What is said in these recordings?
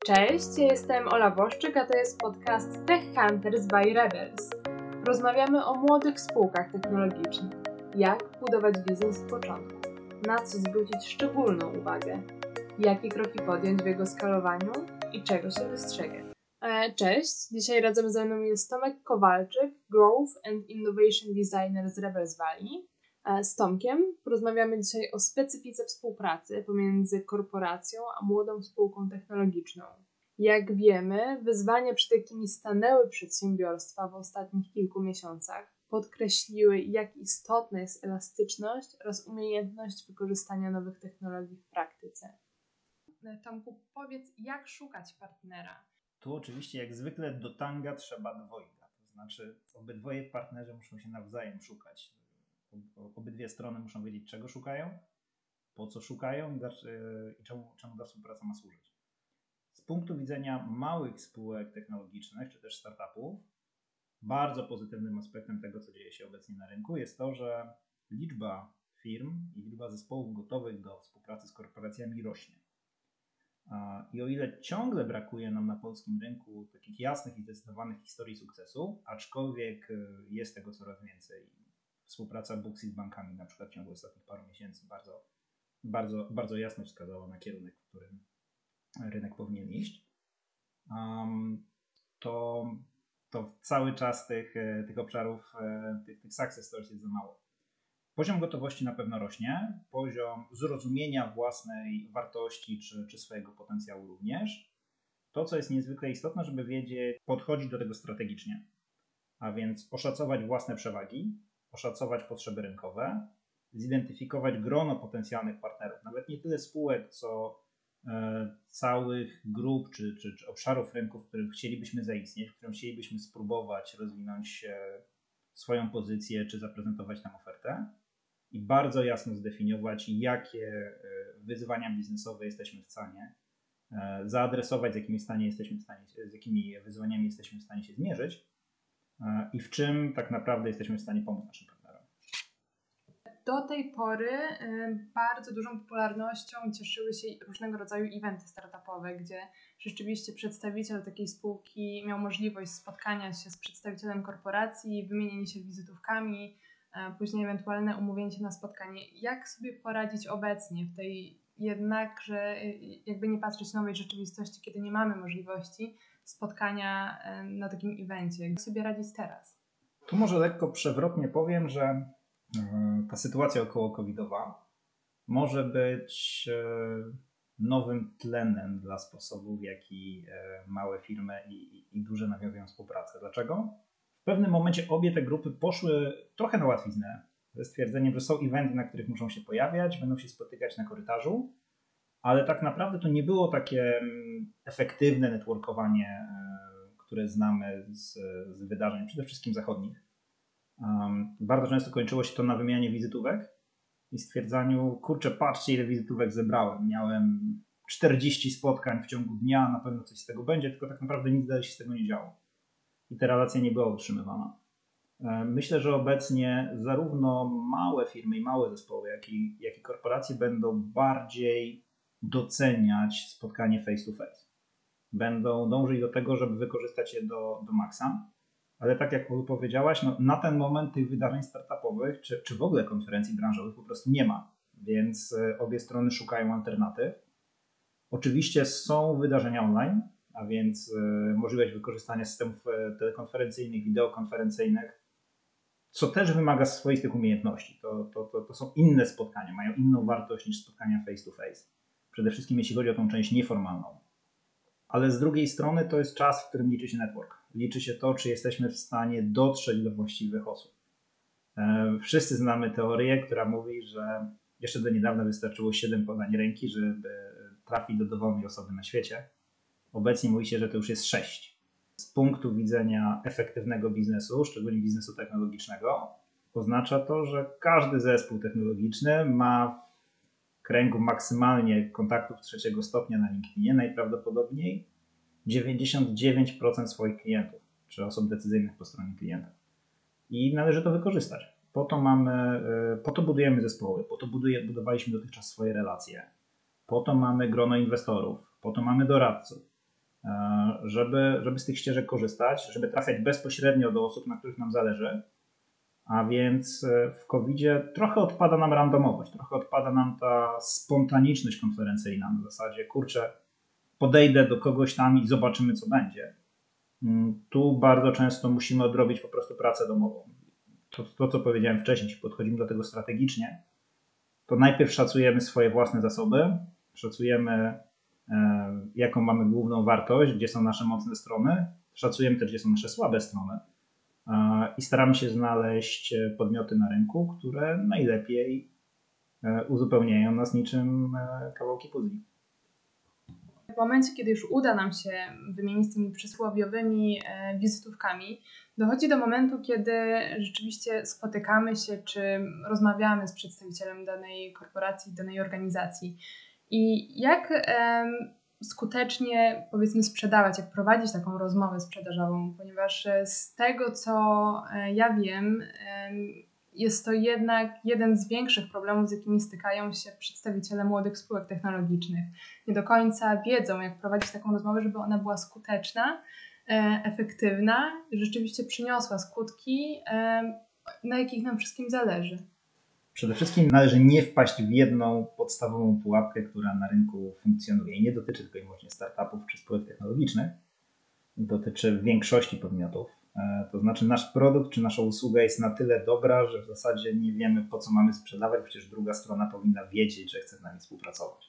Cześć, ja jestem Ola Boszczyk, a to jest podcast Tech Hunters by Rebels. Rozmawiamy o młodych spółkach technologicznych, jak budować biznes z początku, na co zwrócić szczególną uwagę, jakie kroki podjąć w jego skalowaniu i czego się wystrzegać. Cześć, dzisiaj razem ze mną jest Tomek Kowalczyk, Growth and Innovation Designer z Rebels Valley. Z Tomkiem porozmawiamy dzisiaj o specyfice współpracy pomiędzy korporacją a młodą spółką technologiczną. Jak wiemy, wyzwania, przed jakimi stanęły przedsiębiorstwa w ostatnich kilku miesiącach, podkreśliły, jak istotna jest elastyczność oraz umiejętność wykorzystania nowych technologii w praktyce. Tomku, powiedz, jak szukać partnera? Tu oczywiście jak zwykle do tanga trzeba dwojga, to znaczy obydwoje partnerzy muszą się nawzajem szukać. Obydwie strony muszą wiedzieć, czego szukają, po co szukają i czemu ta współpraca ma służyć. Z punktu widzenia małych spółek technologicznych czy też startupów, bardzo pozytywnym aspektem tego, co dzieje się obecnie na rynku, jest to, że liczba firm i liczba zespołów gotowych do współpracy z korporacjami rośnie. I o ile ciągle brakuje nam na polskim rynku takich jasnych i zdecydowanych historii sukcesu, aczkolwiek jest tego coraz więcej. Współpraca Booksy z bankami na przykład w ciągu ostatnich paru miesięcy bardzo jasno wskazała na kierunek, w którym rynek powinien iść. To cały czas tych obszarów, tych success stories jest za mało. Poziom gotowości na pewno rośnie, poziom zrozumienia własnej wartości czy swojego potencjału również. To, co jest niezwykle istotne, żeby wiedzieć, podchodzić do tego strategicznie, a więc oszacować własne przewagi, oszacować potrzeby rynkowe, zidentyfikować grono potencjalnych partnerów, nawet nie tyle spółek, co całych grup czy obszarów rynku, w których chcielibyśmy zaistnieć, w którym chcielibyśmy spróbować rozwinąć swoją pozycję czy zaprezentować tam ofertę i bardzo jasno zdefiniować, jakie wyzwania biznesowe jesteśmy w stanie zaadresować, z jakimi wyzwaniami jesteśmy w stanie się zmierzyć i w czym tak naprawdę jesteśmy w stanie pomóc naszym partnerom. Do tej pory bardzo dużą popularnością cieszyły się różnego rodzaju eventy startupowe, gdzie rzeczywiście przedstawiciel takiej spółki miał możliwość spotkania się z przedstawicielem korporacji, wymienienia się wizytówkami, później ewentualne umówienie się na spotkanie. Jak sobie poradzić obecnie w tej jednakże, jakby nie patrzeć, nowej rzeczywistości, kiedy nie mamy możliwości spotkania na takim evencie? Jak sobie radzić teraz? Tu może lekko przewrotnie powiem, że ta sytuacja około-covidowa może być nowym tlenem dla sposobów, w jaki małe firmy i duże nawiązują współpracę. Dlaczego? W pewnym momencie obie te grupy poszły trochę na łatwiznę ze stwierdzeniem, że są eventy, na których muszą się pojawiać, będą się spotykać na korytarzu, ale tak naprawdę to nie było takie efektywne networkowanie, które znamy z wydarzeń, przede wszystkim zachodnich. Bardzo często kończyło się to na wymianie wizytówek i stwierdzaniu, kurczę, patrzcie, ile wizytówek zebrałem. Miałem 40 spotkań w ciągu dnia, na pewno coś z tego będzie, tylko tak naprawdę nic dalej się z tego nie działo. I ta relacja nie była utrzymywana. Myślę, że obecnie zarówno małe firmy i małe zespoły, jak i korporacje będą bardziej doceniać spotkanie face to face. Będą dążyć do tego, żeby wykorzystać je do maksa. Ale tak jak powiedziałaś, na ten moment tych wydarzeń startupowych czy w ogóle konferencji branżowych po prostu nie ma, więc obie strony szukają alternatyw. Oczywiście są wydarzenia online, a więc możliwość wykorzystania systemów telekonferencyjnych, wideokonferencyjnych, co też wymaga swoistych umiejętności. To są inne spotkania, mają inną wartość niż spotkania face to face. Przede wszystkim jeśli chodzi o tą część nieformalną. Ale z drugiej strony to jest czas, w którym liczy się network. Liczy się to, czy jesteśmy w stanie dotrzeć do właściwych osób. Wszyscy znamy teorię, która mówi, że jeszcze do niedawna wystarczyło 7 podań ręki, żeby trafić do dowolnej osoby na świecie. Obecnie mówi się, że to już jest 6. Z punktu widzenia efektywnego biznesu, szczególnie biznesu technologicznego, oznacza to, że każdy zespół technologiczny ma w kręgu maksymalnie kontaktów 3. stopnia na LinkedInie najprawdopodobniej 99% swoich klientów, czy osób decyzyjnych po stronie klienta. I należy to wykorzystać. Po to budujemy zespoły, po to budowaliśmy dotychczas swoje relacje, po to mamy grono inwestorów, po to mamy doradców. żeby z tych ścieżek korzystać, żeby trafiać bezpośrednio do osób, na których nam zależy. A więc w COVID-zie trochę odpada nam randomowość, trochę odpada nam ta spontaniczność konferencyjna na zasadzie, kurczę, podejdę do kogoś tam i zobaczymy, co będzie. Tu bardzo często musimy odrobić po prostu pracę domową. To co powiedziałem wcześniej, jeśli podchodzimy do tego strategicznie, to najpierw szacujemy swoje własne zasoby, szacujemy jaką mamy główną wartość, gdzie są nasze mocne strony, szacujemy też, gdzie są nasze słabe strony i staramy się znaleźć podmioty na rynku, które najlepiej uzupełniają nas niczym kawałki puzli. W momencie, kiedy już uda nam się wymienić z tymi przysłowiowymi wizytówkami, dochodzi do momentu, kiedy rzeczywiście spotykamy się czy rozmawiamy z przedstawicielem danej korporacji, danej organizacji. I jak skutecznie, powiedzmy, sprzedawać, jak prowadzić taką rozmowę sprzedażową, ponieważ z tego, co ja wiem, jest to jednak jeden z większych problemów, z jakimi stykają się przedstawiciele młodych spółek technologicznych. Nie do końca wiedzą, jak prowadzić taką rozmowę, żeby ona była skuteczna, efektywna i rzeczywiście przyniosła skutki, na jakich nam wszystkim zależy. Przede wszystkim należy nie wpaść w jedną podstawową pułapkę, która na rynku funkcjonuje. I nie dotyczy tylko i wyłącznie startupów czy spółek technologicznych, dotyczy większości podmiotów. To znaczy nasz produkt czy nasza usługa jest na tyle dobra, że w zasadzie nie wiemy, po co mamy sprzedawać, przecież druga strona powinna wiedzieć, że chce z nami współpracować.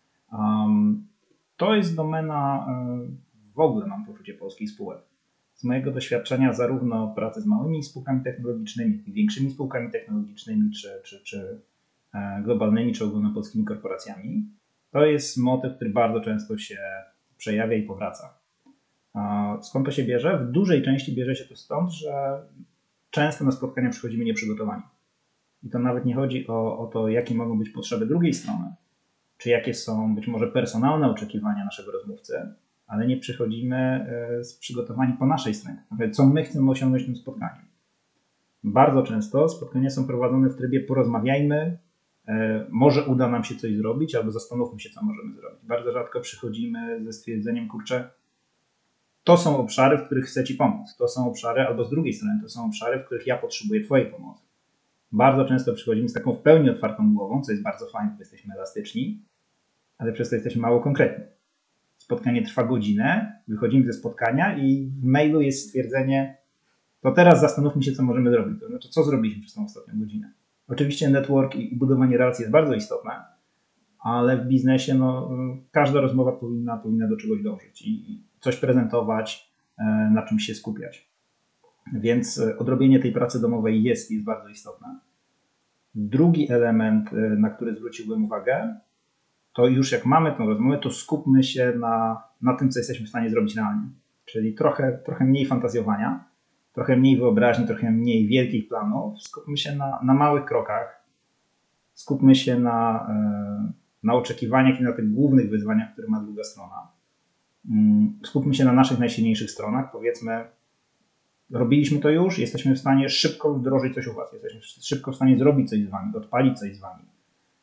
To jest domena w ogóle, mam poczucie, polskich spółek. Z mojego doświadczenia zarówno pracy z małymi spółkami technologicznymi, jak i większymi spółkami technologicznymi, czy globalnymi, czy ogólnopolskimi korporacjami, to jest motyw, który bardzo często się przejawia i powraca. Skąd to się bierze? W dużej części bierze się to stąd, że często na spotkania przychodzimy nieprzygotowani. I to nawet nie chodzi o to, jakie mogą być potrzeby drugiej strony, czy jakie są być może personalne oczekiwania naszego rozmówcy, ale nie przychodzimy przygotowani po naszej stronie. Co my chcemy osiągnąć tym spotkaniem. Bardzo często spotkania są prowadzone w trybie porozmawiajmy, może uda nam się coś zrobić, albo zastanówmy się, co możemy zrobić. Bardzo rzadko przychodzimy ze stwierdzeniem, kurczę, to są obszary, w których chcę Ci pomóc. To są obszary, albo z drugiej strony, to są obszary, w których ja potrzebuję Twojej pomocy. Bardzo często przychodzimy z taką w pełni otwartą głową, co jest bardzo fajne, bo jesteśmy elastyczni, ale przez to jesteśmy mało konkretni. Spotkanie trwa godzinę, wychodzimy ze spotkania i w mailu jest stwierdzenie, to teraz zastanówmy się, co możemy zrobić. To znaczy, co zrobiliśmy przez tą ostatnią godzinę. Oczywiście network i budowanie relacji jest bardzo istotne, ale w biznesie każda rozmowa powinna do czegoś dążyć i coś prezentować, na czymś się skupiać. Więc odrobienie tej pracy domowej jest bardzo istotne. Drugi element, na który zwróciłbym uwagę, to już jak mamy tę rozmowę, to skupmy się na tym, co jesteśmy w stanie zrobić realnie. Czyli trochę mniej fantazjowania, trochę mniej wyobraźni, trochę mniej wielkich planów. Skupmy się na małych krokach. Skupmy się na oczekiwaniach i na tych głównych wyzwaniach, które ma druga strona. Skupmy się na naszych najsilniejszych stronach. Powiedzmy, robiliśmy to już, jesteśmy w stanie szybko wdrożyć coś u Was. Jesteśmy szybko w stanie zrobić coś z Wami, odpalić coś z Wami.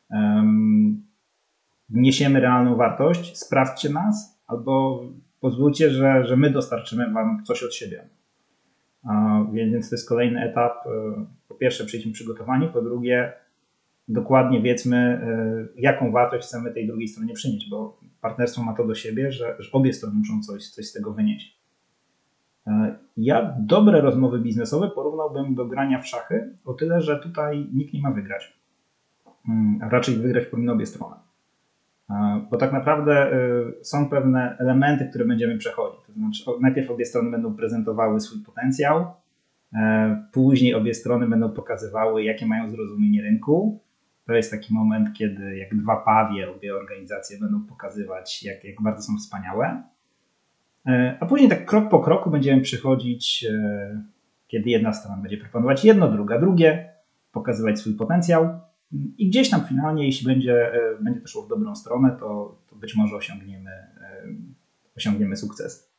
Wniesiemy realną wartość, sprawdźcie nas, albo pozwólcie, że my dostarczymy Wam coś od siebie. Więc to jest kolejny etap. Po pierwsze, przyjdźmy przygotowani, po drugie, dokładnie wiedzmy, jaką wartość chcemy tej drugiej stronie przynieść, bo partnerstwo ma to do siebie, że obie strony muszą coś z tego wynieść. Ja dobre rozmowy biznesowe porównałbym do grania w szachy, o tyle, że tutaj nikt nie ma wygrać. A raczej wygrać powinny obie strony. Bo tak naprawdę są pewne elementy, które będziemy przechodzić. To znaczy, najpierw obie strony będą prezentowały swój potencjał, później obie strony będą pokazywały, jakie mają zrozumienie rynku. To jest taki moment, kiedy jak dwa pawie, obie organizacje będą pokazywać, jak bardzo są wspaniałe. A później tak krok po kroku będziemy przychodzić, kiedy jedna strona będzie proponować jedno, druga drugie, pokazywać swój potencjał i gdzieś tam finalnie, jeśli będzie to szło w dobrą stronę, to być może osiągniemy sukces.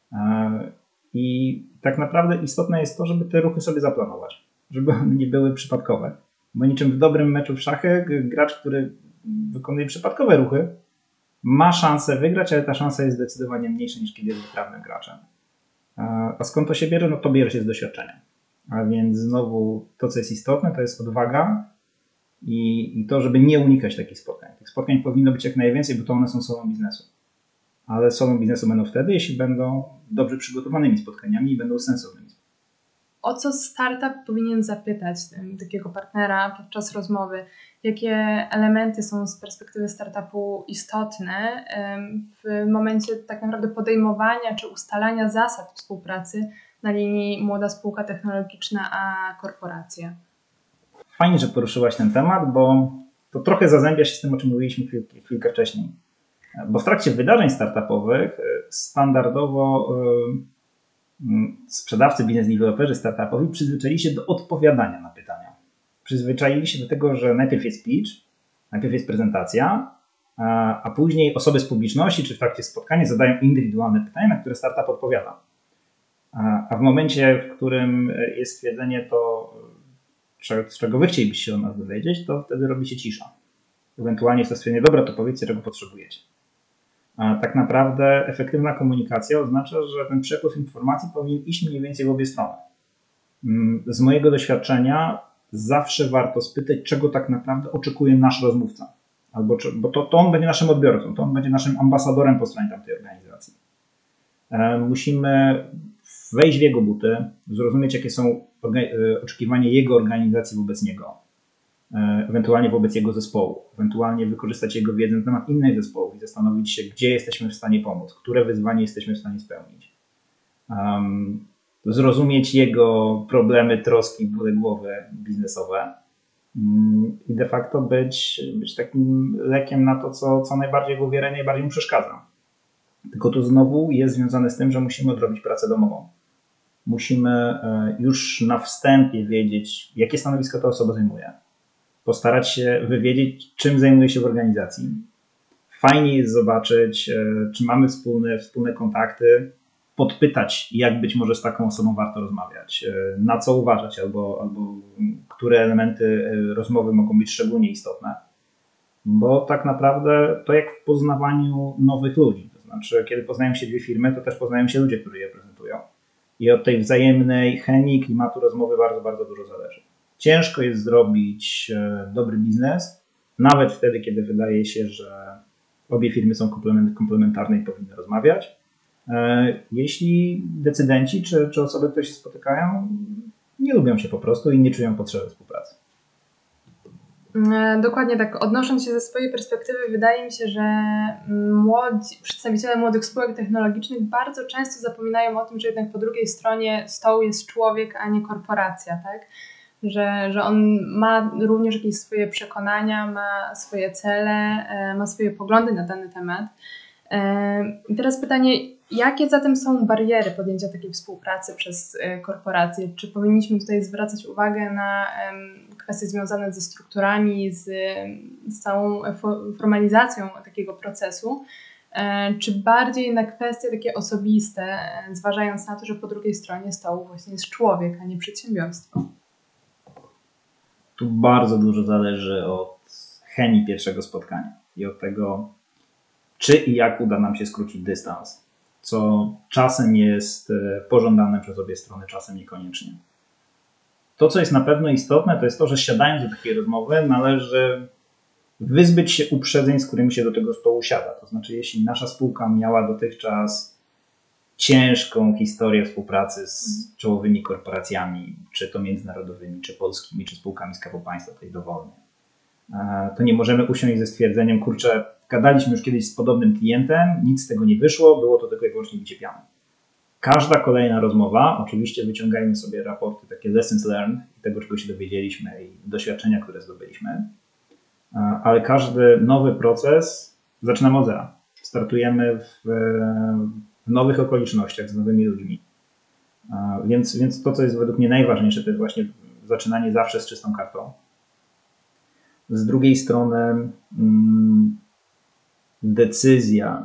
I tak naprawdę istotne jest to, żeby te ruchy sobie zaplanować, żeby one nie były przypadkowe. Bo niczym w dobrym meczu w szachy gracz, który wykonuje przypadkowe ruchy, ma szansę wygrać, ale ta szansa jest zdecydowanie mniejsza niż kiedy jest wytrawnym graczem. A skąd to się bierze? No to bierze się z doświadczenia. A więc znowu to, co jest istotne, to jest odwaga i to, żeby nie unikać takich spotkań. Tych spotkań powinno być jak najwięcej, bo to one są solą biznesu. Ale solą biznesu będą wtedy, jeśli będą dobrze przygotowanymi spotkaniami i będą sensownymi. O co startup powinien zapytać takiego partnera podczas rozmowy? Jakie elementy są z perspektywy startupu istotne w momencie tak naprawdę podejmowania czy ustalania zasad współpracy na linii młoda spółka technologiczna a korporacja? Fajnie, że poruszyłaś ten temat, bo to trochę zazębia się z tym, o czym mówiliśmy chwilkę wcześniej. Bo w trakcie wydarzeń startupowych standardowo sprzedawcy, biznes deweloperzy startupowi przyzwyczaili się do odpowiadania na pytania. Przyzwyczaili się do tego, że najpierw jest pitch, najpierw jest prezentacja, a później osoby z publiczności czy w trakcie spotkania zadają indywidualne pytania, na które startup odpowiada. A w momencie, w którym jest stwierdzenie to, z czego wy chcielibyście się od nas dowiedzieć, to wtedy robi się cisza. Ewentualnie jest to stwierdzenie, dobra, to powiedzcie, czego potrzebujecie. A tak naprawdę efektywna komunikacja oznacza, że ten przepływ informacji powinien iść mniej więcej w obie strony. Z mojego doświadczenia zawsze warto spytać, czego tak naprawdę oczekuje nasz rozmówca. Bo to on będzie naszym odbiorcą, to on będzie naszym ambasadorem po stronie tamtej organizacji. Musimy wejść w jego buty, zrozumieć, jakie są oczekiwania jego organizacji wobec niego, ewentualnie wobec jego zespołu, ewentualnie wykorzystać jego wiedzę na temat innych zespołów i zastanowić się, gdzie jesteśmy w stanie pomóc, które wyzwanie jesteśmy w stanie spełnić. Zrozumieć jego problemy, troski, bóle głowy biznesowe i de facto być takim lekiem na to, co najbardziej go uwiera i najbardziej mu przeszkadza. Tylko tu znowu jest związane z tym, że musimy odrobić pracę domową. Musimy już na wstępie wiedzieć, jakie stanowisko ta osoba zajmuje. Postarać się wywiedzieć, czym zajmuje się w organizacji. Fajnie jest zobaczyć, czy mamy wspólne kontakty, podpytać, jak być może z taką osobą warto rozmawiać, na co uważać, albo które elementy rozmowy mogą być szczególnie istotne. Bo tak naprawdę to jak w poznawaniu nowych ludzi. To znaczy, kiedy poznają się dwie firmy, to też poznają się ludzie, którzy je prezentują. I od tej wzajemnej chemii, klimatu rozmowy bardzo, bardzo dużo zależy. Ciężko jest zrobić dobry biznes, nawet wtedy, kiedy wydaje się, że obie firmy są komplementarne i powinny rozmawiać. Jeśli decydenci czy osoby, które się spotykają, nie lubią się po prostu i nie czują potrzeby współpracy. Dokładnie tak. Odnosząc się ze swojej perspektywy, wydaje mi się, że przedstawiciele młodych spółek technologicznych bardzo często zapominają o tym, że jednak po drugiej stronie stołu jest człowiek, a nie korporacja, tak? Że on ma również jakieś swoje przekonania, ma swoje cele, ma swoje poglądy na dany temat. I teraz pytanie, jakie zatem są bariery podjęcia takiej współpracy przez korporacje? Czy powinniśmy tutaj zwracać uwagę na kwestie związane ze strukturami, z całą formalizacją takiego procesu, czy bardziej na kwestie takie osobiste, zważając na to, że po drugiej stronie stołu właśnie jest człowiek, a nie przedsiębiorstwo? Tu bardzo dużo zależy od chemii pierwszego spotkania i od tego, czy i jak uda nam się skrócić dystans, co czasem jest pożądane przez obie strony, czasem niekoniecznie. To, co jest na pewno istotne, to jest to, że siadając do takiej rozmowy należy wyzbyć się uprzedzeń, z którymi się do tego stołu siada. To znaczy, jeśli nasza spółka miała dotychczas ciężką historię współpracy z czołowymi korporacjami, czy to międzynarodowymi, czy polskimi, czy spółkami Skarbu Państwa, tej dowolnie, to nie możemy usiąść ze stwierdzeniem, kurczę, gadaliśmy już kiedyś z podobnym klientem, nic z tego nie wyszło, było to tylko i wyłącznie bicie piany. Każda kolejna rozmowa, oczywiście wyciągajmy sobie raporty, takie lessons learned i tego, czego się dowiedzieliśmy i doświadczenia, które zdobyliśmy, ale każdy nowy proces zaczynamy od zera. Startujemy w nowych okolicznościach, z nowymi ludźmi. Więc to, co jest według mnie najważniejsze, to jest właśnie zaczynanie zawsze z czystą kartą. Z drugiej strony decyzja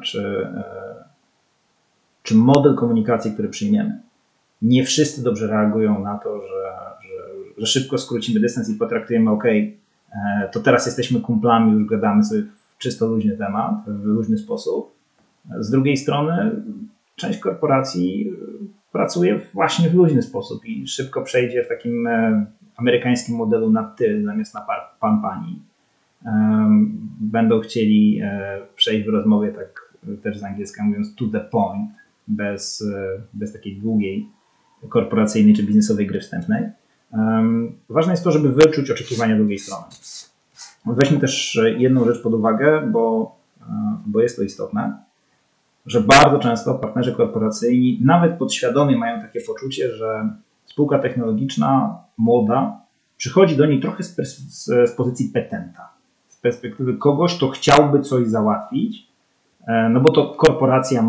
czy model komunikacji, który przyjmiemy. Nie wszyscy dobrze reagują na to, że szybko skrócimy dystans i potraktujemy, to teraz jesteśmy kumplami, już gadamy sobie czysto luźny temat, w luźny sposób. Z drugiej strony część korporacji pracuje właśnie w luźny sposób i szybko przejdzie w takim amerykańskim modelu na ty zamiast na pan, pani. Będą chcieli przejść w rozmowie, tak też z angielska mówiąc, to the point, bez takiej długiej korporacyjnej czy biznesowej gry wstępnej. Ważne jest to, żeby wyczuć oczekiwania drugiej strony. Weźmy też jedną rzecz pod uwagę, bo jest to istotne, że bardzo często partnerzy korporacyjni nawet podświadomie mają takie poczucie, że spółka technologiczna, młoda, przychodzi do niej trochę z pozycji petenta, z perspektywy kogoś, kto chciałby coś załatwić, no bo to korporacja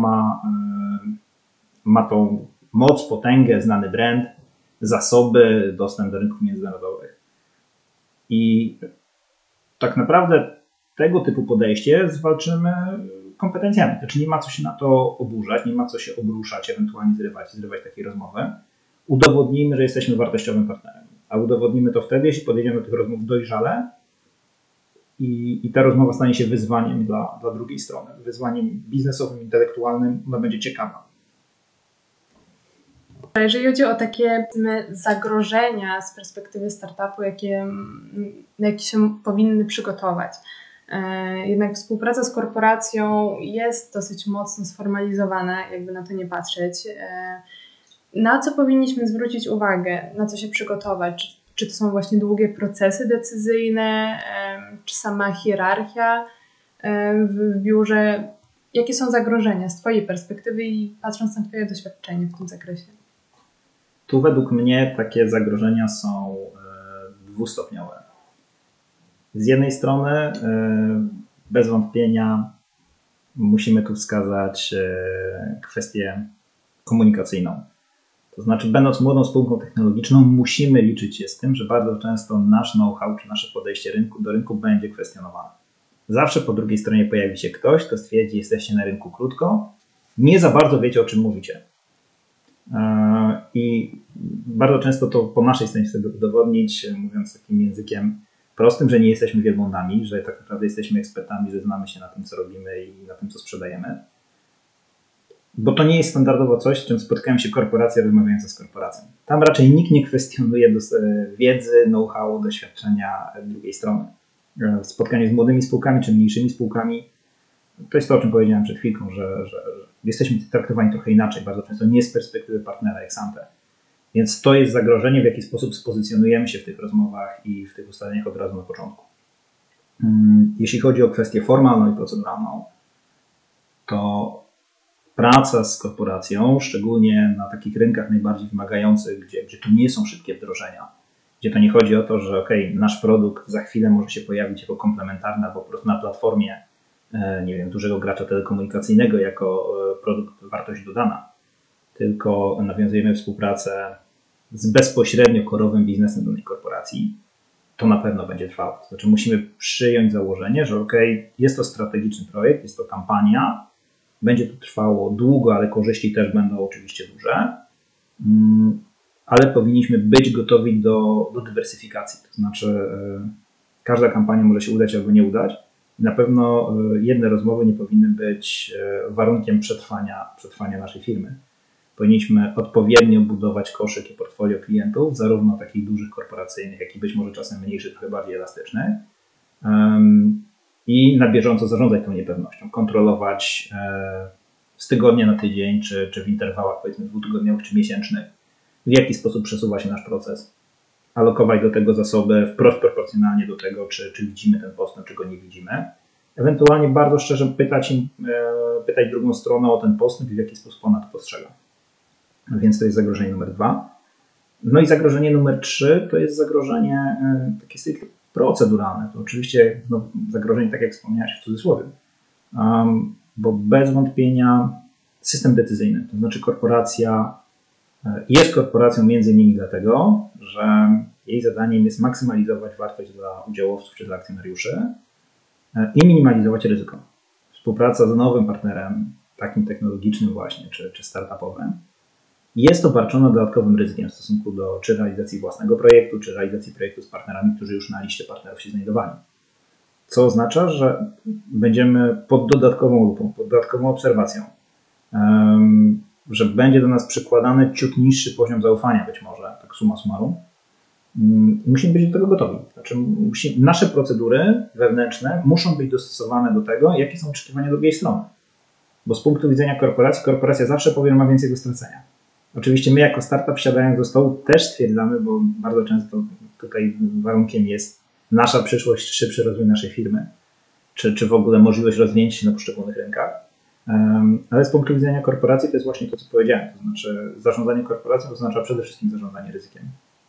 ma tą moc, potęgę, znany brand, zasoby, dostęp do rynków międzynarodowych. I tak naprawdę tego typu podejście zwalczymy kompetencjami. Znaczy nie ma co się na to oburzać, nie ma co się obruszać, ewentualnie zrywać takiej rozmowy. Udowodnijmy, że jesteśmy wartościowym partnerem. A udowodnimy to wtedy, jeśli podejdziemy do tych rozmów dojrzale i ta rozmowa stanie się wyzwaniem dla drugiej strony. Wyzwaniem biznesowym, intelektualnym, ona będzie ciekawa. Jeżeli chodzi o takie zagrożenia z perspektywy startupu, na jakie się powinny przygotować, jednak współpraca z korporacją jest dosyć mocno sformalizowana, jakby na to nie patrzeć. Na co powinniśmy zwrócić uwagę, na co się przygotować? Czy to są właśnie długie procesy decyzyjne, czy sama hierarchia w biurze? Jakie są zagrożenia z Twojej perspektywy i patrząc na Twoje doświadczenie w tym zakresie? Tu według mnie takie zagrożenia są dwustopniowe. Z jednej strony bez wątpienia musimy tu wskazać kwestię komunikacyjną. To znaczy, będąc młodą spółką technologiczną, musimy liczyć się z tym, że bardzo często nasz know-how czy nasze podejście do rynku będzie kwestionowane. Zawsze po drugiej stronie pojawi się ktoś, kto stwierdzi, jesteście na rynku krótko, nie za bardzo wiecie, o czym mówicie. I bardzo często to po naszej stronie chcę udowodnić, mówiąc takim językiem prostym, że nie jesteśmy wielbłądami, że tak naprawdę jesteśmy ekspertami, że znamy się na tym, co robimy i na tym, co sprzedajemy. Bo to nie jest standardowo coś, z czym spotkają się korporacje rozmawiające z korporacją. Tam raczej nikt nie kwestionuje wiedzy, know-how, doświadczenia drugiej strony. W spotkaniu z młodymi spółkami czy mniejszymi spółkami to jest to, o czym powiedziałem przed chwilką, że jesteśmy traktowani trochę inaczej, bardzo często nie z perspektywy partnera ex ante. Więc to jest zagrożenie, w jaki sposób spozycjonujemy się w tych rozmowach i w tych ustaleniach od razu na początku. Jeśli chodzi o kwestię formalną i proceduralną, to praca z korporacją, szczególnie na takich rynkach najbardziej wymagających, gdzie to nie są szybkie wdrożenia, gdzie to nie chodzi o to, że nasz produkt za chwilę może się pojawić jako komplementarny albo po prostu na platformie, nie wiem, dużego gracza telekomunikacyjnego jako produkt wartość dodana, tylko nawiązujemy współpracę z bezpośrednio korowym biznesem danej korporacji, to na pewno będzie trwało. To znaczy musimy przyjąć założenie, że jest to strategiczny projekt, jest to kampania, będzie to trwało długo, ale korzyści też będą oczywiście duże, ale powinniśmy być gotowi do dywersyfikacji. To znaczy każda kampania może się udać albo nie udać. Na pewno jedne rozmowy nie powinny być warunkiem przetrwania naszej firmy. Powinniśmy odpowiednio budować koszyk i portfolio klientów, zarówno takich dużych korporacyjnych, jak i być może czasem mniejszych, trochę bardziej elastycznych. I na bieżąco zarządzać tą niepewnością, kontrolować z tygodnia na tydzień, czy w interwałach powiedzmy 2-tygodniowych czy miesięcznych, w jaki sposób przesuwa się nasz proces, alokować do tego zasoby wprost proporcjonalnie do tego, czy widzimy ten postęp, czy go nie widzimy. Ewentualnie bardzo szczerze pytać drugą stronę o ten postęp i w jaki sposób ona to postrzega. Więc to jest zagrożenie numer 2. No i zagrożenie numer 3 to jest zagrożenie takie stricte proceduralne. To oczywiście zagrożenie, tak jak wspomniałeś, w cudzysłowie, bo bez wątpienia system decyzyjny, to znaczy korporacja jest korporacją między innymi dlatego, że jej zadaniem jest maksymalizować wartość dla udziałowców czy dla akcjonariuszy i minimalizować ryzyko. Współpraca z nowym partnerem, takim technologicznym właśnie, czy startupowym, jest obarczona dodatkowym ryzykiem w stosunku do czy realizacji własnego projektu, czy realizacji projektu z partnerami, którzy już na liście partnerów się znajdowali. co oznacza, że będziemy pod dodatkową lupą, pod dodatkową obserwacją, że będzie do nas przykładany ciut niższy poziom zaufania być może, tak summa summarum. Musimy być do tego gotowi. Znaczy, nasze procedury wewnętrzne muszą być dostosowane do tego, jakie są oczekiwania drugiej strony. Bo z punktu widzenia korporacji, korporacja zawsze powie, że ma więcej do stracenia. Oczywiście my jako startup siadając do stołu też stwierdzamy, bo bardzo często tutaj warunkiem jest nasza przyszłość, szybszy rozwój naszej firmy, czy w ogóle możliwość rozwinięcia się na poszczególnych rynkach. Ale z punktu widzenia korporacji to jest właśnie to, co powiedziałem. To znaczy zarządzanie korporacją to oznacza przede wszystkim zarządzanie ryzykiem.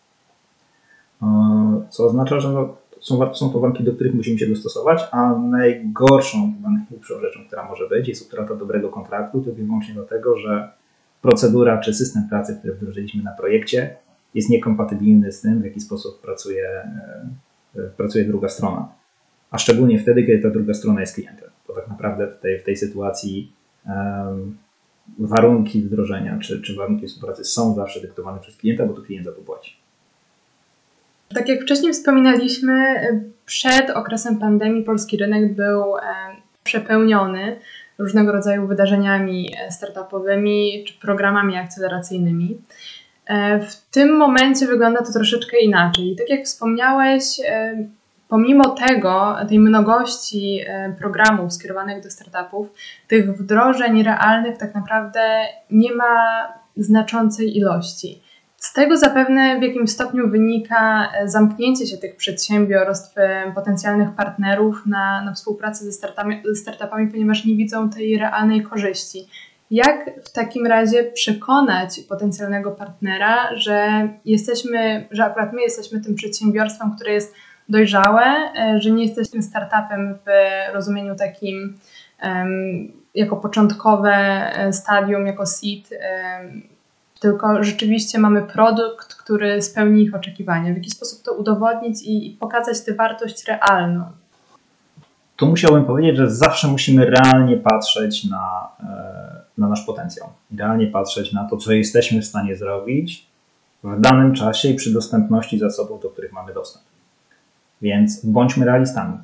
Co oznacza, że są to warunki, do których musimy się dostosować, a najgorszą, chyba najgłupszą rzeczą, która może być, jest utrata dobrego kontraktu, tylko i wyłącznie dlatego, że procedura czy system pracy, który wdrożyliśmy na projekcie, jest niekompatybilny z tym, w jaki sposób pracuje druga strona. A szczególnie wtedy, kiedy ta druga strona jest klientem. Bo tak naprawdę w tej sytuacji warunki wdrożenia czy warunki współpracy są zawsze dyktowane przez klienta, bo to klient za to płaci. Tak jak wcześniej wspominaliśmy, przed okresem pandemii polski rynek był przepełniony różnego rodzaju wydarzeniami startupowymi czy programami akceleracyjnymi. W tym momencie wygląda to troszeczkę inaczej. I tak jak wspomniałeś, pomimo tej mnogości programów skierowanych do startupów, tych wdrożeń realnych tak naprawdę nie ma znaczącej ilości. Z tego zapewne w jakimś stopniu wynika zamknięcie się tych przedsiębiorstw, potencjalnych partnerów na współpracę ze startupami, ponieważ nie widzą tej realnej korzyści. Jak w takim razie przekonać potencjalnego partnera, że akurat my jesteśmy tym przedsiębiorstwem, które jest dojrzałe, że nie jesteśmy startupem w rozumieniu takim jako początkowe stadium, jako seed, tylko rzeczywiście mamy produkt, który spełni ich oczekiwania. W jaki sposób to udowodnić i pokazać tę wartość realną? Tu musiałbym powiedzieć, że zawsze musimy realnie patrzeć na nasz potencjał. Realnie patrzeć na to, co jesteśmy w stanie zrobić w danym czasie i przy dostępności zasobów, do których mamy dostęp. Więc bądźmy realistami.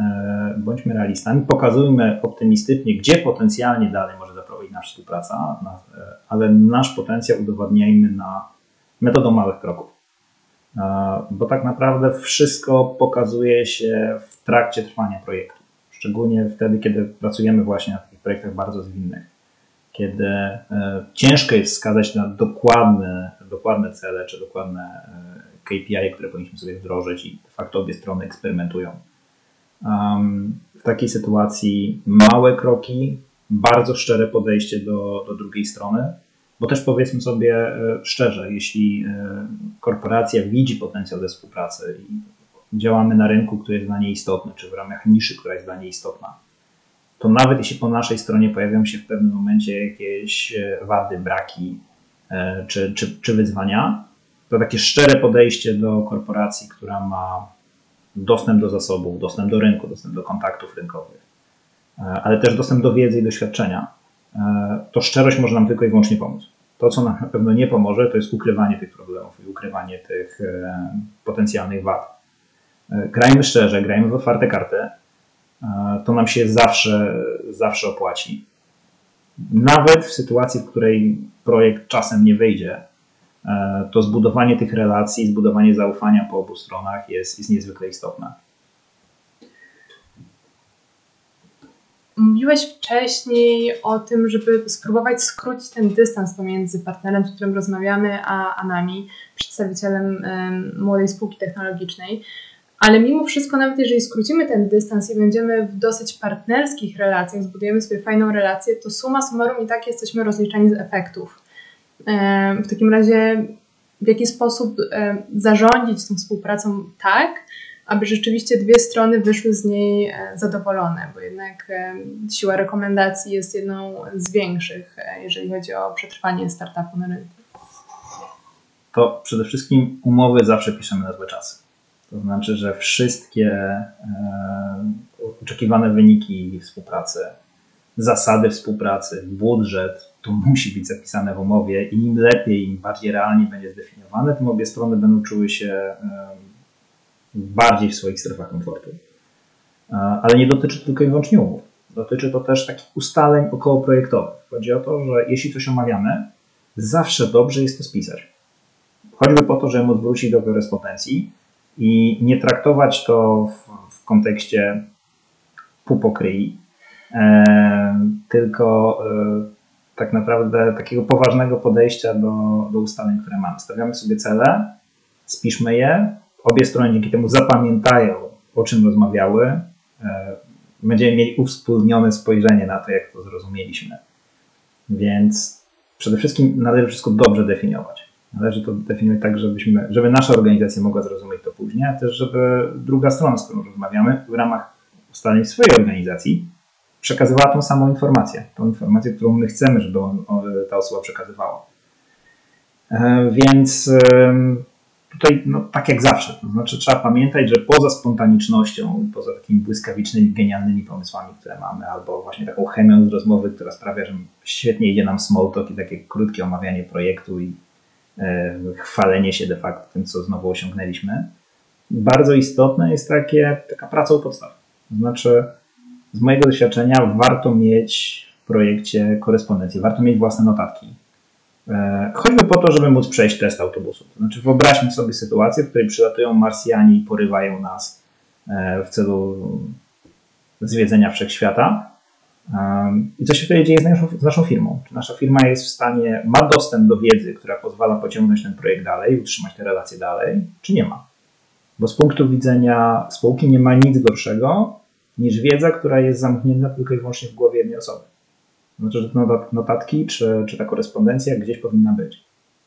Pokazujmy optymistycznie, gdzie potencjalnie dalej może zaprowadzić nasza współpraca, ale nasz potencjał udowadniajmy metodą małych kroków. Bo tak naprawdę wszystko pokazuje się w trakcie trwania projektu. Szczególnie wtedy, kiedy pracujemy właśnie na takich projektach bardzo zwinnych, kiedy ciężko jest wskazać na dokładne cele czy dokładne KPI, które powinniśmy sobie wdrożyć i de facto obie strony eksperymentują. W takiej sytuacji małe kroki, bardzo szczere podejście do drugiej strony, bo też powiedzmy sobie szczerze, jeśli korporacja widzi potencjał ze współpracy i działamy na rynku, który jest dla niej istotny, czy w ramach niszy, która jest dla niej istotna, to nawet jeśli po naszej stronie pojawią się w pewnym momencie jakieś wady, braki czy wyzwania, to takie szczere podejście do korporacji, która ma dostęp do zasobów, dostęp do rynku, dostęp do kontaktów rynkowych, ale też dostęp do wiedzy i doświadczenia, to szczerość może nam tylko i wyłącznie pomóc. To, co nam na pewno nie pomoże, to jest ukrywanie tych problemów i ukrywanie tych potencjalnych wad. Grajmy szczerze, grajmy w otwarte karty, to nam się zawsze opłaci. Nawet w sytuacji, w której projekt czasem nie wyjdzie, to zbudowanie tych relacji, zbudowanie zaufania po obu stronach jest niezwykle istotne. Mówiłeś wcześniej o tym, żeby spróbować skrócić ten dystans pomiędzy partnerem, z którym rozmawiamy, a nami, przedstawicielem młodej spółki technologicznej. Ale mimo wszystko, nawet jeżeli skrócimy ten dystans i będziemy w dosyć partnerskich relacjach, zbudujemy sobie fajną relację, to summa summarum i tak jesteśmy rozliczani z efektów. W takim razie w jaki sposób zarządzić tą współpracą tak, aby rzeczywiście dwie strony wyszły z niej zadowolone, bo jednak siła rekomendacji jest jedną z większych, jeżeli chodzi o przetrwanie startupu na rynku. To przede wszystkim umowy zawsze piszemy na złe czasy. To znaczy, że wszystkie oczekiwane wyniki współpracy, zasady współpracy, budżet, to musi być zapisane w umowie i im lepiej, im bardziej realnie będzie zdefiniowane, tym obie strony będą czuły się bardziej w swoich strefach komfortu. Ale nie dotyczy to tylko i wyłącznie umów. Dotyczy to też takich ustaleń okołoprojektowych. Chodzi o to, że jeśli coś omawiamy, zawsze dobrze jest to spisać. Choćby po to, żeby móc wrócić do korespondencji i nie traktować to w kontekście półpokryi, tylko tak naprawdę takiego poważnego podejścia do ustaleń, które mamy. Stawiamy sobie cele, spiszmy je, obie strony dzięki temu zapamiętają, o czym rozmawiały, będziemy mieli uwspólnione spojrzenie na to, jak to zrozumieliśmy. Więc przede wszystkim należy wszystko dobrze definiować. Należy to definiować tak, żeby nasza organizacja mogła zrozumieć to później, a też żeby druga strona, z którą rozmawiamy, w ramach ustaleń swojej organizacji przekazywała tą samą informację. Tą informację, którą my chcemy, żeby ta osoba przekazywała. Więc tutaj, tak jak zawsze, to znaczy trzeba pamiętać, że poza spontanicznością, poza takimi błyskawicznymi, genialnymi pomysłami, które mamy, albo właśnie taką chemią z rozmowy, która sprawia, że świetnie idzie nam small talk i takie krótkie omawianie projektu i chwalenie się de facto tym, co znowu osiągnęliśmy, bardzo istotna jest taka praca u podstaw. To znaczy, z mojego doświadczenia warto mieć w projekcie korespondencję, warto mieć własne notatki. Choćby po to, żeby móc przejść test autobusu. To znaczy wyobraźmy sobie sytuację, w której przylatują Marsjanie i porywają nas w celu zwiedzenia wszechświata. I co się wtedy dzieje z naszą firmą? Czy nasza firma jest w stanie, ma dostęp do wiedzy, która pozwala pociągnąć ten projekt dalej, utrzymać te relacje dalej, czy nie ma? Bo z punktu widzenia spółki nie ma nic gorszego niż wiedza, która jest zamknięta tylko i wyłącznie w głowie jednej osoby. Znaczy, że notatki czy ta korespondencja gdzieś powinna być.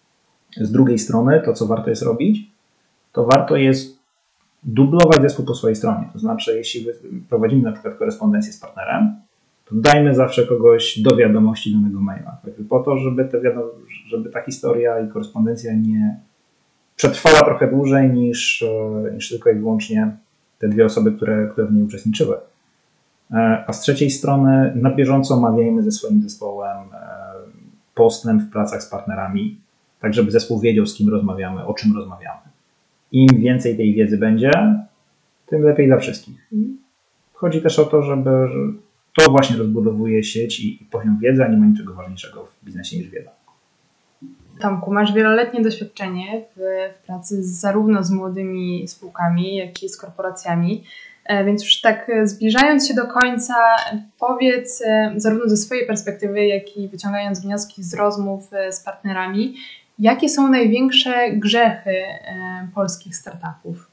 Z drugiej strony, to co warto jest robić, to warto jest dublować zespół po swojej stronie. To znaczy, jeśli prowadzimy na przykład korespondencję z partnerem, to dajmy zawsze kogoś do wiadomości danego maila. Po to, żeby ta historia i korespondencja nie przetrwała trochę dłużej niż tylko i wyłącznie te dwie osoby, które w niej uczestniczyły. A z trzeciej strony na bieżąco omawiajmy ze swoim zespołem postęp w pracach z partnerami, tak żeby zespół wiedział, z kim rozmawiamy, o czym rozmawiamy. Im więcej tej wiedzy będzie, tym lepiej dla wszystkich. Chodzi też o to, żeby to właśnie rozbudowuje sieć i poziom wiedzy, a nie ma niczego ważniejszego w biznesie niż wiedza. Tomku, masz wieloletnie doświadczenie w pracy zarówno z młodymi spółkami, jak i z korporacjami, więc już tak zbliżając się do końca, powiedz zarówno ze swojej perspektywy, jak i wyciągając wnioski z rozmów z partnerami, jakie są największe grzechy polskich startupów?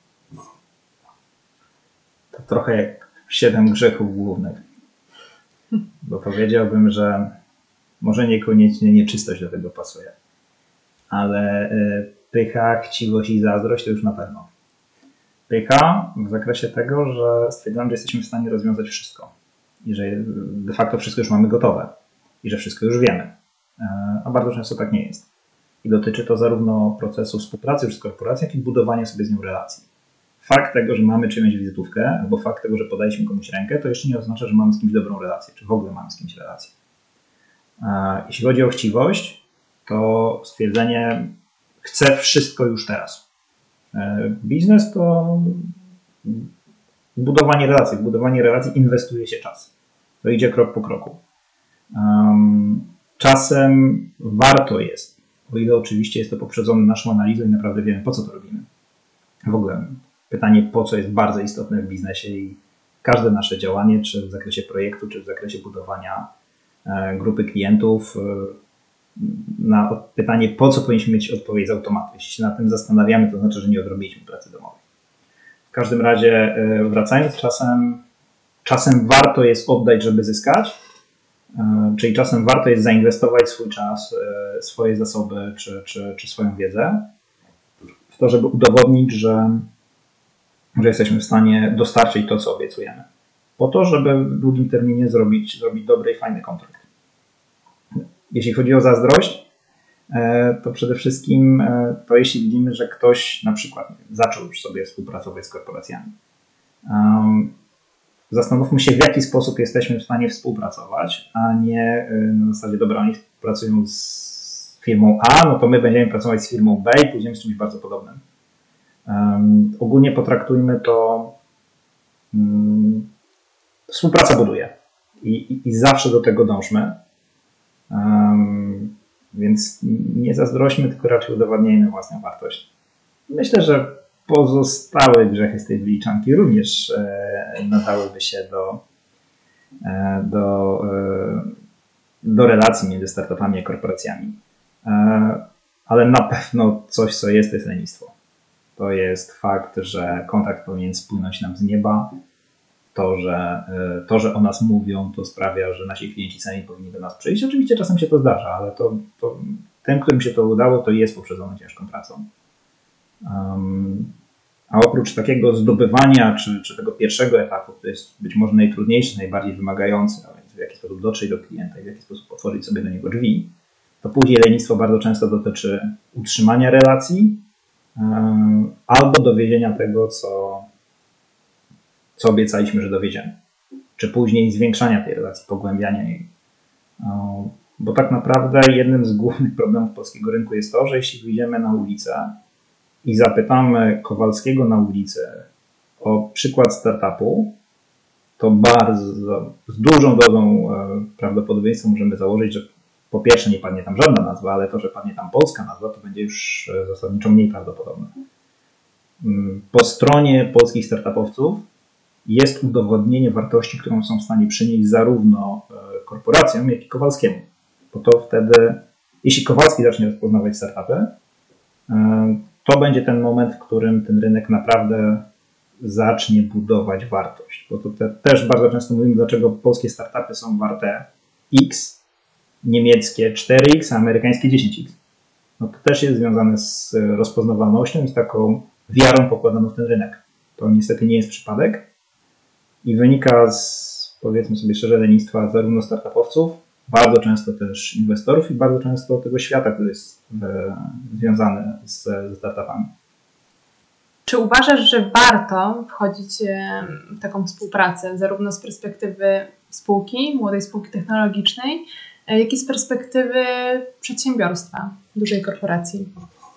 To trochę jak 7 grzechów głównych, bo powiedziałbym, że może niekoniecznie nieczystość do tego pasuje, ale pycha, chciwość i zazdrość to już na pewno. Pycha w zakresie tego, że stwierdzam, że jesteśmy w stanie rozwiązać wszystko i że de facto wszystko już mamy gotowe i że wszystko już wiemy, a bardzo często tak nie jest. I dotyczy to zarówno procesu współpracy już z korporacją, jak i budowania sobie z nią relacji. Fakt tego, że mamy czyjąś wizytówkę, albo fakt tego, że podaliśmy komuś rękę, to jeszcze nie oznacza, że mamy z kimś dobrą relację, czy w ogóle mamy z kimś relację. Jeśli chodzi o chciwość, to stwierdzenie chcę wszystko już teraz. Biznes to budowanie relacji. W budowanie relacji inwestuje się czas. To idzie krok po kroku. Czasem warto jest, o ile oczywiście jest to poprzedzone naszą analizą i naprawdę wiemy, po co to robimy. W ogóle pytanie, po co, jest bardzo istotne w biznesie i każde nasze działanie, czy w zakresie projektu, czy w zakresie budowania grupy klientów, na pytanie, po co powinniśmy mieć odpowiedź z automatu. Jeśli się nad tym zastanawiamy, to znaczy, że nie odrobiliśmy pracy domowej. W każdym razie, wracając, czasem warto jest oddać, żeby zyskać, czyli czasem warto jest zainwestować swój czas, swoje zasoby czy swoją wiedzę w to, żeby udowodnić, że jesteśmy w stanie dostarczyć to, co obiecujemy. Po to, żeby w długim terminie zrobić dobry i fajny kontrakt. Jeśli chodzi o zazdrość, to przede wszystkim to jeśli widzimy, że ktoś na przykład zaczął już sobie współpracować z korporacjami. Zastanówmy się, w jaki sposób jesteśmy w stanie współpracować, a nie na zasadzie, dobra, oni pracują z firmą A, no to my będziemy pracować z firmą B i pójdziemy z czymś bardzo podobnym. Ogólnie potraktujmy to Współpraca buduje i zawsze do tego dążmy. Więc nie zazdrośćmy, tylko raczej udowadniajmy własną wartość. Myślę, że pozostałe grzechy z tej wyliczanki również nadałyby się do relacji między startupami a korporacjami. Ale na pewno coś, co jest, to jest lenistwo. To jest fakt, że kontrakt powinien spłynąć nam z nieba. To, że o nas mówią, to sprawia, że nasi klienci sami powinni do nas przyjść. Oczywiście czasem się to zdarza, ale to tym, którym się to udało, to jest poprzedzone ciężką pracą. A oprócz takiego zdobywania, czy tego pierwszego etapu, to jest być może najtrudniejszy, najbardziej wymagający, a więc w jaki sposób dotrzeć do klienta i w jaki sposób otworzyć sobie do niego drzwi, to później lenistwo bardzo często dotyczy utrzymania relacji albo dowiezienia tego, co obiecaliśmy, że dowieziemy. Czy później zwiększania tej relacji, pogłębiania jej. Bo tak naprawdę jednym z głównych problemów polskiego rynku jest to, że jeśli wyjdziemy na ulicę i zapytamy Kowalskiego na ulicy o przykład startupu, to z dużą dozą prawdopodobieństwa możemy założyć, że po pierwsze nie padnie tam żadna nazwa, ale to, że padnie tam polska nazwa, to będzie już zasadniczo mniej prawdopodobne. Po stronie polskich startupowców jest udowodnienie wartości, którą są w stanie przynieść zarówno korporacjom, jak i Kowalskiemu. Bo to wtedy, jeśli Kowalski zacznie rozpoznawać startupy, to będzie ten moment, w którym ten rynek naprawdę zacznie budować wartość. Bo to też bardzo często mówimy, dlaczego polskie startupy są warte X, niemieckie 4X, a amerykańskie 10X. No to też jest związane z rozpoznawalnością i z taką wiarą pokładaną w ten rynek. To niestety nie jest przypadek i wynika z, powiedzmy sobie szczerze, lenistwa zarówno startupowców, bardzo często też inwestorów i bardzo często tego świata, który jest związany ze startupami. Czy uważasz, że warto wchodzić w taką współpracę zarówno z perspektywy spółki, młodej spółki technologicznej, jak i z perspektywy przedsiębiorstwa, dużej korporacji?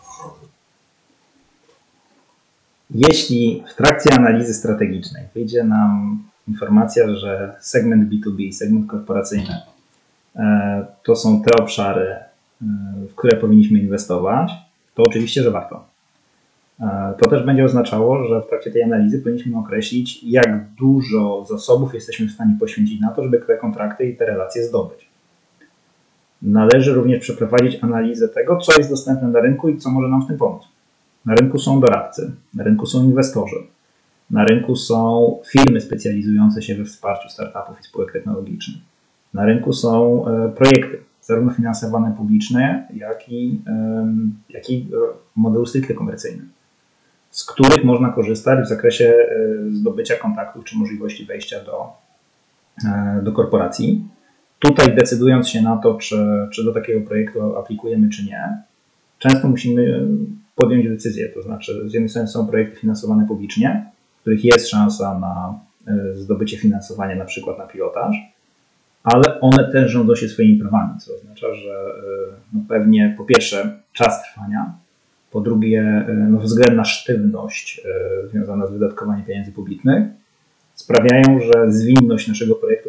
Jeśli w trakcie analizy strategicznej wyjdzie nam informacja, że segment B2B, segment korporacyjny to są te obszary, w które powinniśmy inwestować, to oczywiście, że warto. To też będzie oznaczało, że w trakcie tej analizy powinniśmy określić, jak dużo zasobów jesteśmy w stanie poświęcić na to, żeby te kontrakty i te relacje zdobyć. Należy również przeprowadzić analizę tego, co jest dostępne na rynku i co może nam w tym pomóc. Na rynku są doradcy, na rynku są inwestorzy, na rynku są firmy specjalizujące się we wsparciu startupów i spółek technologicznych. Na rynku są projekty, zarówno finansowane publicznie, jak i modelu stricte komercyjny, z których można korzystać w zakresie zdobycia kontaktów czy możliwości wejścia do korporacji. Tutaj decydując się na to, czy do takiego projektu aplikujemy, czy nie, często musimy podjąć decyzję. To znaczy, z jednej strony są projekty finansowane publicznie, w których jest szansa na zdobycie finansowania na przykład na pilotaż, ale one też rządzą się swoimi prawami, co oznacza, że pewnie po pierwsze czas trwania, po drugie względna sztywność związana z wydatkowaniem pieniędzy publicznych sprawiają, że zwinność naszego projektu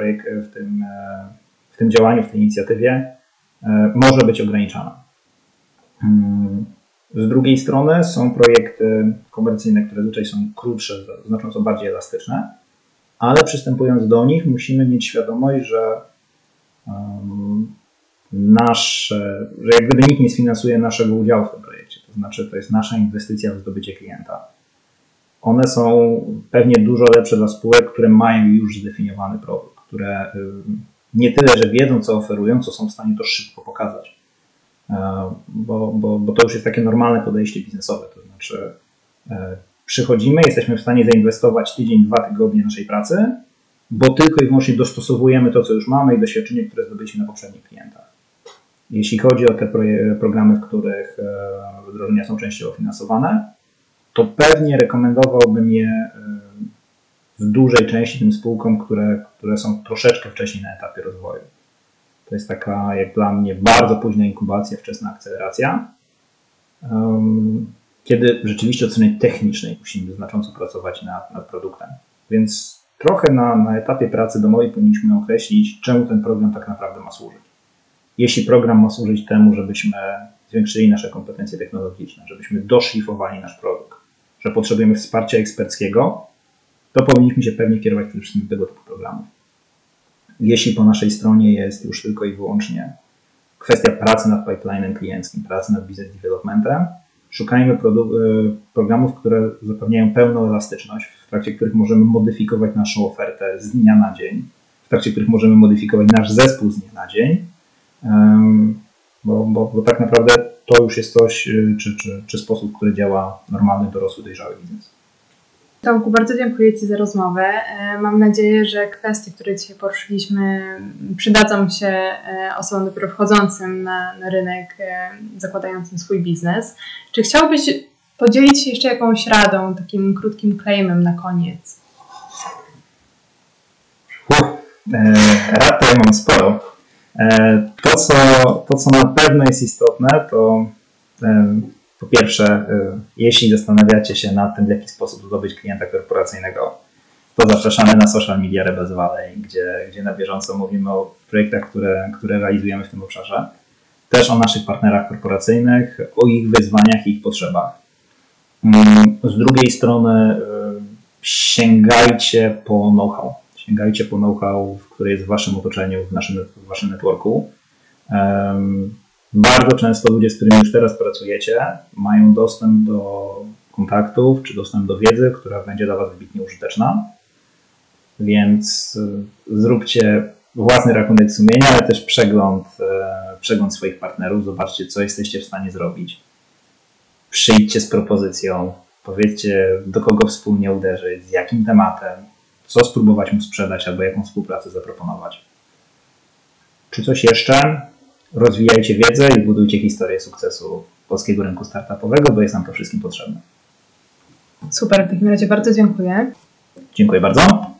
w tym działaniu, w tej inicjatywie może być ograniczana. Z drugiej strony są projekty komercyjne, które zazwyczaj są krótsze, znacząco bardziej elastyczne, ale przystępując do nich musimy mieć świadomość, że jak gdyby nikt nie sfinansuje naszego udziału w tym projekcie. To znaczy, to jest nasza inwestycja w zdobycie klienta. One są pewnie dużo lepsze dla spółek, które mają już zdefiniowany produkt, które nie tyle, że wiedzą, co oferują, co są w stanie to szybko pokazać. Bo to już jest takie normalne podejście biznesowe. To znaczy, przychodzimy, jesteśmy w stanie zainwestować tydzień, 2 tygodnie naszej pracy, bo tylko i wyłącznie dostosowujemy to, co już mamy i doświadczenie, które zdobyliśmy na poprzednich klientach. Jeśli chodzi o te programy, w których wdrożenia są częściowo finansowane, to pewnie rekomendowałbym je w dużej części tym spółkom, które są troszeczkę wcześniej na etapie rozwoju. To jest taka, jak dla mnie, bardzo późna inkubacja, wczesna akceleracja, kiedy rzeczywiście od strony technicznej musimy znacząco pracować nad produktem. Więc trochę na etapie pracy domowej powinniśmy określić, czemu ten program tak naprawdę ma służyć. Jeśli program ma służyć temu, żebyśmy zwiększyli nasze kompetencje technologiczne, żebyśmy doszlifowali nasz produkt, że potrzebujemy wsparcia eksperckiego, to powinniśmy się pewnie kierować przede wszystkim do tego typu programów. Jeśli po naszej stronie jest już tylko i wyłącznie kwestia pracy nad pipelinem klienckim, pracy nad business developmentem, szukajmy programów, które zapewniają pełną elastyczność, w trakcie których możemy modyfikować naszą ofertę z dnia na dzień, w trakcie których możemy modyfikować nasz zespół z dnia na dzień, bo tak naprawdę to już jest coś, czy sposób, który działa normalny, dorosły, dojrzały biznes. Tomku, bardzo dziękuję Ci za rozmowę. Mam nadzieję, że kwestie, które dzisiaj poruszyliśmy, przydadzą się osobom dopiero wchodzącym na rynek, zakładającym swój biznes. Czy chciałbyś podzielić się jeszcze jakąś radą, takim krótkim claimem na koniec? Rad to ja mam sporo. To, co na pewno jest istotne, to po pierwsze, jeśli zastanawiacie się nad tym, w jaki sposób zdobyć klienta korporacyjnego, to zapraszamy na social media Rebels Valley, gdzie na bieżąco mówimy o projektach, które realizujemy w tym obszarze. Też o naszych partnerach korporacyjnych, o ich wyzwaniach i ich potrzebach. Z drugiej strony sięgajcie po know-how. Sięgajcie po know-how, który jest w waszym otoczeniu, w waszym networku. Bardzo często ludzie, z którymi już teraz pracujecie, mają dostęp do kontaktów czy dostęp do wiedzy, która będzie dla was wybitnie użyteczna. Więc zróbcie własny rachunek sumienia, ale też przegląd swoich partnerów. Zobaczcie, co jesteście w stanie zrobić. Przyjdźcie z propozycją, powiedzcie, do kogo wspólnie uderzyć, z jakim tematem, co spróbować mu sprzedać albo jaką współpracę zaproponować. Czy coś jeszcze? Rozwijajcie wiedzę i budujcie historię sukcesu polskiego rynku startupowego, bo jest nam to wszystkim potrzebne. Super, w takim razie bardzo dziękuję. Dziękuję bardzo.